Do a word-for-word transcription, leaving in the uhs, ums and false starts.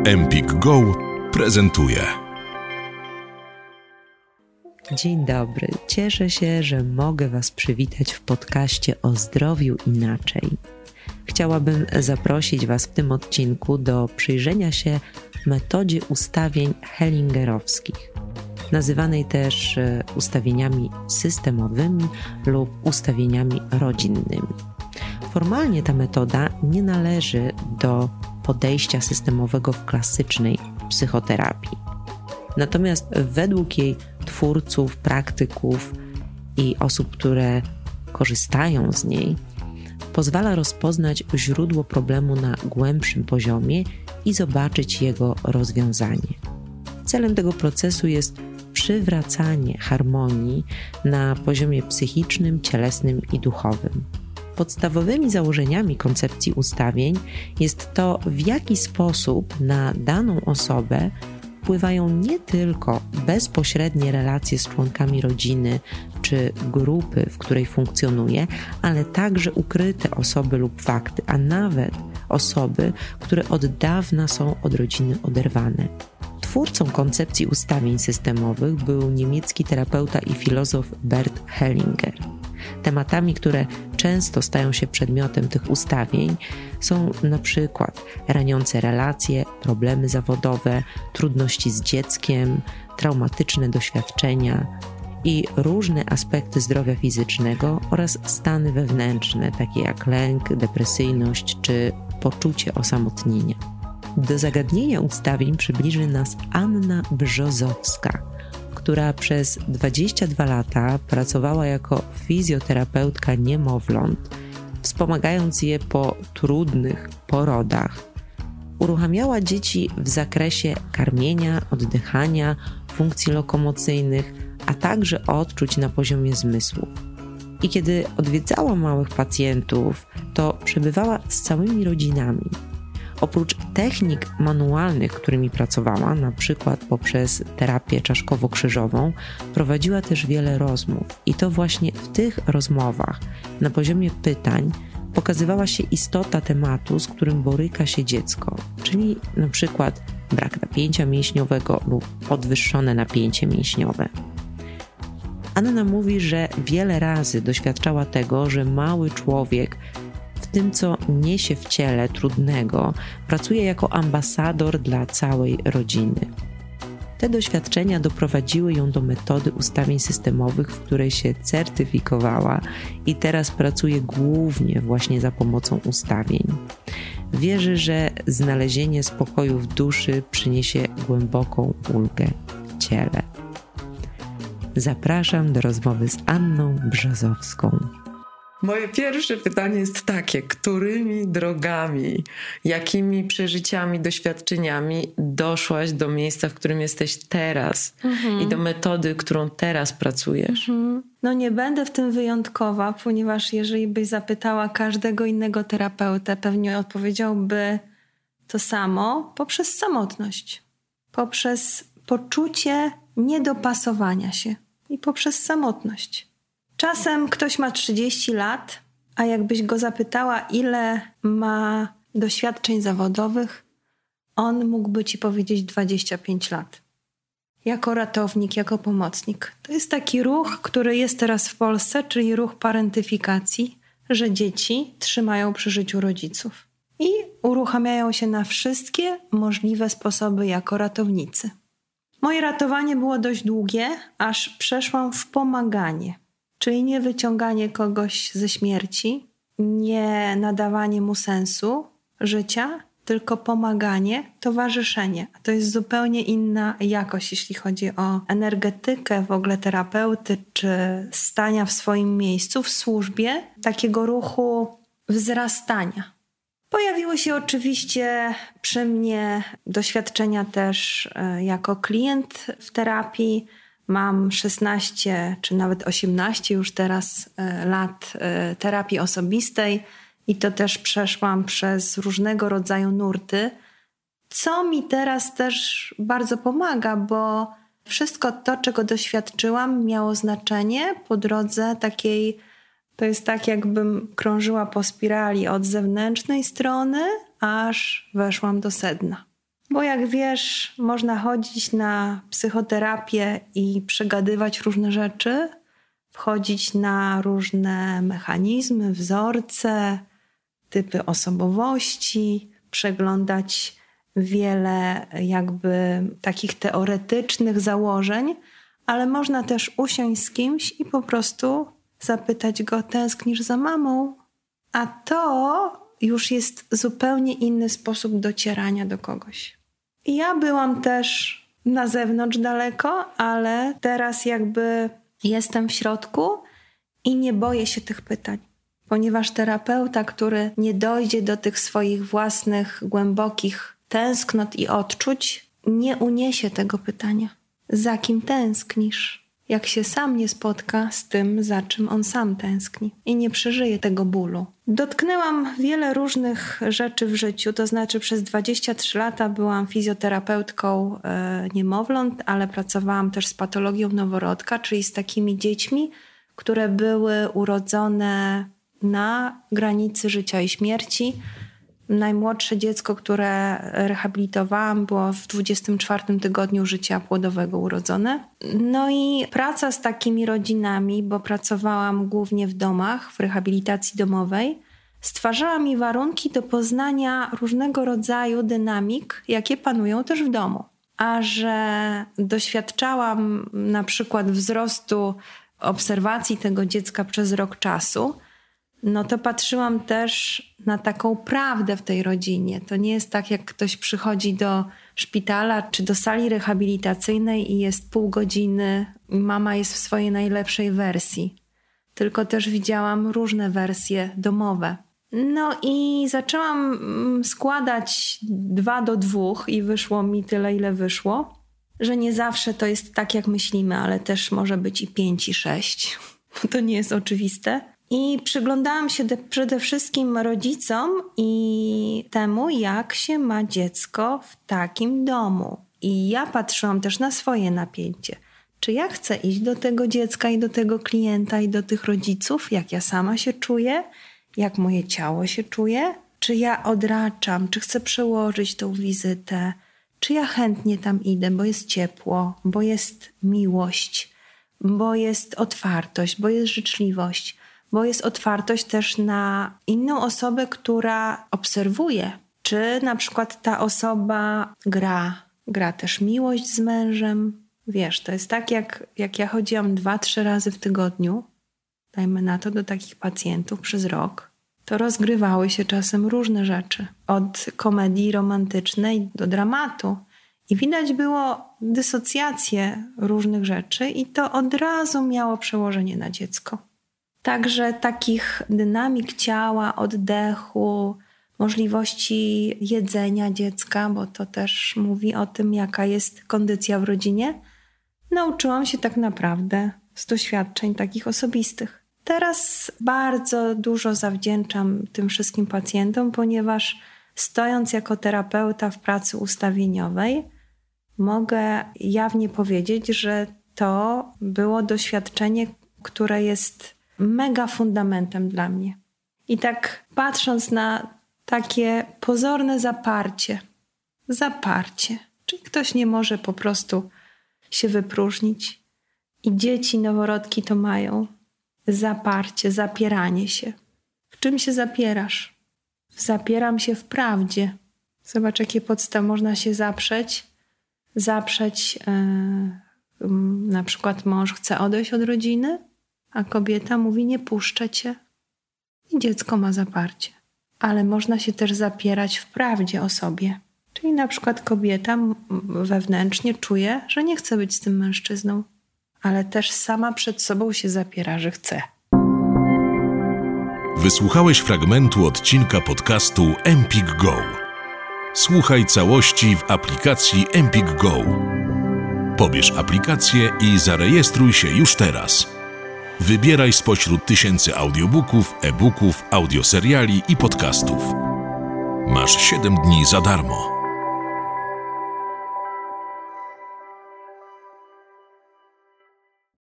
Empik Go prezentuje. Dzień dobry. Cieszę się, że mogę Was przywitać w podcaście o zdrowiu inaczej. Chciałabym zaprosić Was w tym odcinku do przyjrzenia się metodzie ustawień hellingerowskich, nazywanej też ustawieniami systemowymi lub ustawieniami rodzinnymi. Formalnie ta metoda nie należy do podejścia systemowego w klasycznej psychoterapii. Natomiast według jej twórców, praktyków i osób, które korzystają z niej, pozwala rozpoznać źródło problemu na głębszym poziomie i zobaczyć jego rozwiązanie. Celem tego procesu jest przywracanie harmonii na poziomie psychicznym, cielesnym i duchowym. Podstawowymi założeniami koncepcji ustawień jest to, w jaki sposób na daną osobę wpływają nie tylko bezpośrednie relacje z członkami rodziny czy grupy, w której funkcjonuje, ale także ukryte osoby lub fakty, a nawet osoby, które od dawna są od rodziny oderwane. Twórcą koncepcji ustawień systemowych był niemiecki terapeuta i filozof Bert Hellinger. Tematami, które często stają się przedmiotem tych ustawień, są na przykład raniące relacje, problemy zawodowe, trudności z dzieckiem, traumatyczne doświadczenia i różne aspekty zdrowia fizycznego oraz stany wewnętrzne, takie jak lęk, depresyjność czy poczucie osamotnienia. Do zagadnienia ustawień przybliży nas Anna Brzozowska, która przez dwadzieścia dwa lata pracowała jako fizjoterapeutka niemowląt, wspomagając je po trudnych porodach. Uruchamiała dzieci w zakresie karmienia, oddychania, funkcji lokomocyjnych, a także odczuć na poziomie zmysłów. I kiedy odwiedzała małych pacjentów, to przebywała z całymi rodzinami. Oprócz technik manualnych, którymi pracowała, na przykład poprzez terapię czaszkowo-krzyżową, prowadziła też wiele rozmów. I to właśnie w tych rozmowach, na poziomie pytań, pokazywała się istota tematu, z którym boryka się dziecko, czyli na przykład brak napięcia mięśniowego lub podwyższone napięcie mięśniowe. Anna mówi, że wiele razy doświadczała tego, że mały człowiek w tym, co niesie w ciele trudnego, pracuje jako ambasador dla całej rodziny. Te doświadczenia doprowadziły ją do metody ustawień systemowych, w której się certyfikowała i teraz pracuje głównie właśnie za pomocą ustawień. Wierzy, że znalezienie spokoju w duszy przyniesie głęboką ulgę w ciele. Zapraszam do rozmowy z Anną Brzozowską. Moje pierwsze pytanie jest takie: którymi drogami, jakimi przeżyciami, doświadczeniami doszłaś do miejsca, w którym jesteś teraz mhm. i do metody, którą teraz pracujesz? Mhm. No nie będę w tym wyjątkowa, ponieważ jeżeli byś zapytała każdego innego terapeutę, pewnie odpowiedziałby to samo, poprzez samotność, poprzez poczucie niedopasowania się i poprzez samotność. Czasem ktoś ma trzydzieści lat, a jakbyś go zapytała, ile ma doświadczeń zawodowych, on mógłby ci powiedzieć dwadzieścia pięć lat. Jako ratownik, jako pomocnik. To jest taki ruch, który jest teraz w Polsce, czyli ruch parentyfikacji, że dzieci trzymają przy życiu rodziców i uruchamiają się na wszystkie możliwe sposoby jako ratownicy. Moje ratowanie było dość długie, aż przeszłam w pomaganie. Czyli nie wyciąganie kogoś ze śmierci, nie nadawanie mu sensu życia, tylko pomaganie, towarzyszenie. To jest zupełnie inna jakość, jeśli chodzi o energetykę w ogóle terapeuty, czy stania w swoim miejscu, w służbie, takiego ruchu wzrastania. Pojawiły się oczywiście przy mnie doświadczenia też jako klient w terapii. Mam szesnaście czy nawet osiemnaście już teraz lat terapii osobistej i to też przeszłam przez różnego rodzaju nurty, co mi teraz też bardzo pomaga, bo wszystko to, czego doświadczyłam, miało znaczenie po drodze takiej, to jest tak, jakbym krążyła po spirali od zewnętrznej strony, aż weszłam do sedna. Bo jak wiesz, można chodzić na psychoterapię i przegadywać różne rzeczy, wchodzić na różne mechanizmy, wzorce, typy osobowości, przeglądać wiele jakby takich teoretycznych założeń, ale można też usiąść z kimś i po prostu zapytać go, tęsknisz za mamą? A to już jest zupełnie inny sposób docierania do kogoś. I ja byłam też na zewnątrz daleko, ale teraz jakby jestem w środku i nie boję się tych pytań. Ponieważ terapeuta, który nie dojdzie do tych swoich własnych głębokich tęsknot i odczuć, nie uniesie tego pytania. Za kim tęsknisz? Jak się sam nie spotka z tym, za czym on sam tęskni i nie przeżyje tego bólu. Dotknęłam wiele różnych rzeczy w życiu, to znaczy przez dwadzieścia trzy lata byłam fizjoterapeutką e, niemowląt, ale pracowałam też z patologią noworodka, czyli z takimi dziećmi, które były urodzone na granicy życia i śmierci. Najmłodsze dziecko, które rehabilitowałam, było w dwudziestym czwartym tygodniu życia płodowego urodzone. No i praca z takimi rodzinami, bo pracowałam głównie w domach, w rehabilitacji domowej, stwarzała mi warunki do poznania różnego rodzaju dynamik, jakie panują też w domu. A że doświadczałam na przykład wzrostu obserwacji tego dziecka przez rok czasu, no to patrzyłam też na taką prawdę w tej rodzinie. To nie jest tak, jak ktoś przychodzi do szpitala czy do sali rehabilitacyjnej i jest pół godziny i mama jest w swojej najlepszej wersji. Tylko też widziałam różne wersje domowe. No i zaczęłam składać dwa do dwóch i wyszło mi tyle, ile wyszło, że nie zawsze to jest tak, jak myślimy, ale też może być i pięć, i sześć. To nie jest oczywiste. I przyglądałam się de- przede wszystkim rodzicom i temu, jak się ma dziecko w takim domu. I ja patrzyłam też na swoje napięcie. Czy ja chcę iść do tego dziecka i do tego klienta i do tych rodziców, jak ja sama się czuję, jak moje ciało się czuje? Czy ja odraczam, czy chcę przełożyć tą wizytę, czy ja chętnie tam idę, bo jest ciepło, bo jest miłość, bo jest otwartość, bo jest życzliwość. Bo jest otwartość też na inną osobę, która obserwuje. Czy na przykład ta osoba gra, gra też miłość z mężem. Wiesz, to jest tak, jak, jak ja chodziłam dwa, trzy razy w tygodniu, dajmy na to, do takich pacjentów przez rok, to rozgrywały się czasem różne rzeczy. Od komedii romantycznej do dramatu. I widać było dysocjację różnych rzeczy i to od razu miało przełożenie na dziecko. Także takich dynamik ciała, oddechu, możliwości jedzenia dziecka, bo to też mówi o tym, jaka jest kondycja w rodzinie, nauczyłam się tak naprawdę z doświadczeń takich osobistych. Teraz bardzo dużo zawdzięczam tym wszystkim pacjentom, ponieważ stojąc jako terapeuta w pracy ustawieniowej, mogę jawnie powiedzieć, że to było doświadczenie, które jest mega fundamentem dla mnie. I tak patrząc na takie pozorne zaparcie, zaparcie, czyli ktoś nie może po prostu się wypróżnić i dzieci, noworodki to mają zaparcie, zapieranie się. W czym się zapierasz? Zapieram się w prawdzie. Zobacz, jakie podstawy można się zaprzeć. Zaprzeć, yy, na przykład mąż chce odejść od rodziny, a kobieta mówi, nie puszczę cię. I dziecko ma zaparcie. Ale można się też zapierać w prawdzie o sobie. Czyli na przykład kobieta wewnętrznie czuje, że nie chce być z tym mężczyzną, ale też sama przed sobą się zapiera, że chce. Wysłuchałeś fragmentu odcinka podcastu Empik Go. Słuchaj całości w aplikacji Empik Go. Pobierz aplikację i zarejestruj się już teraz. Wybieraj spośród tysięcy audiobooków, e-booków, audioseriali i podcastów. Masz siedem dni za darmo.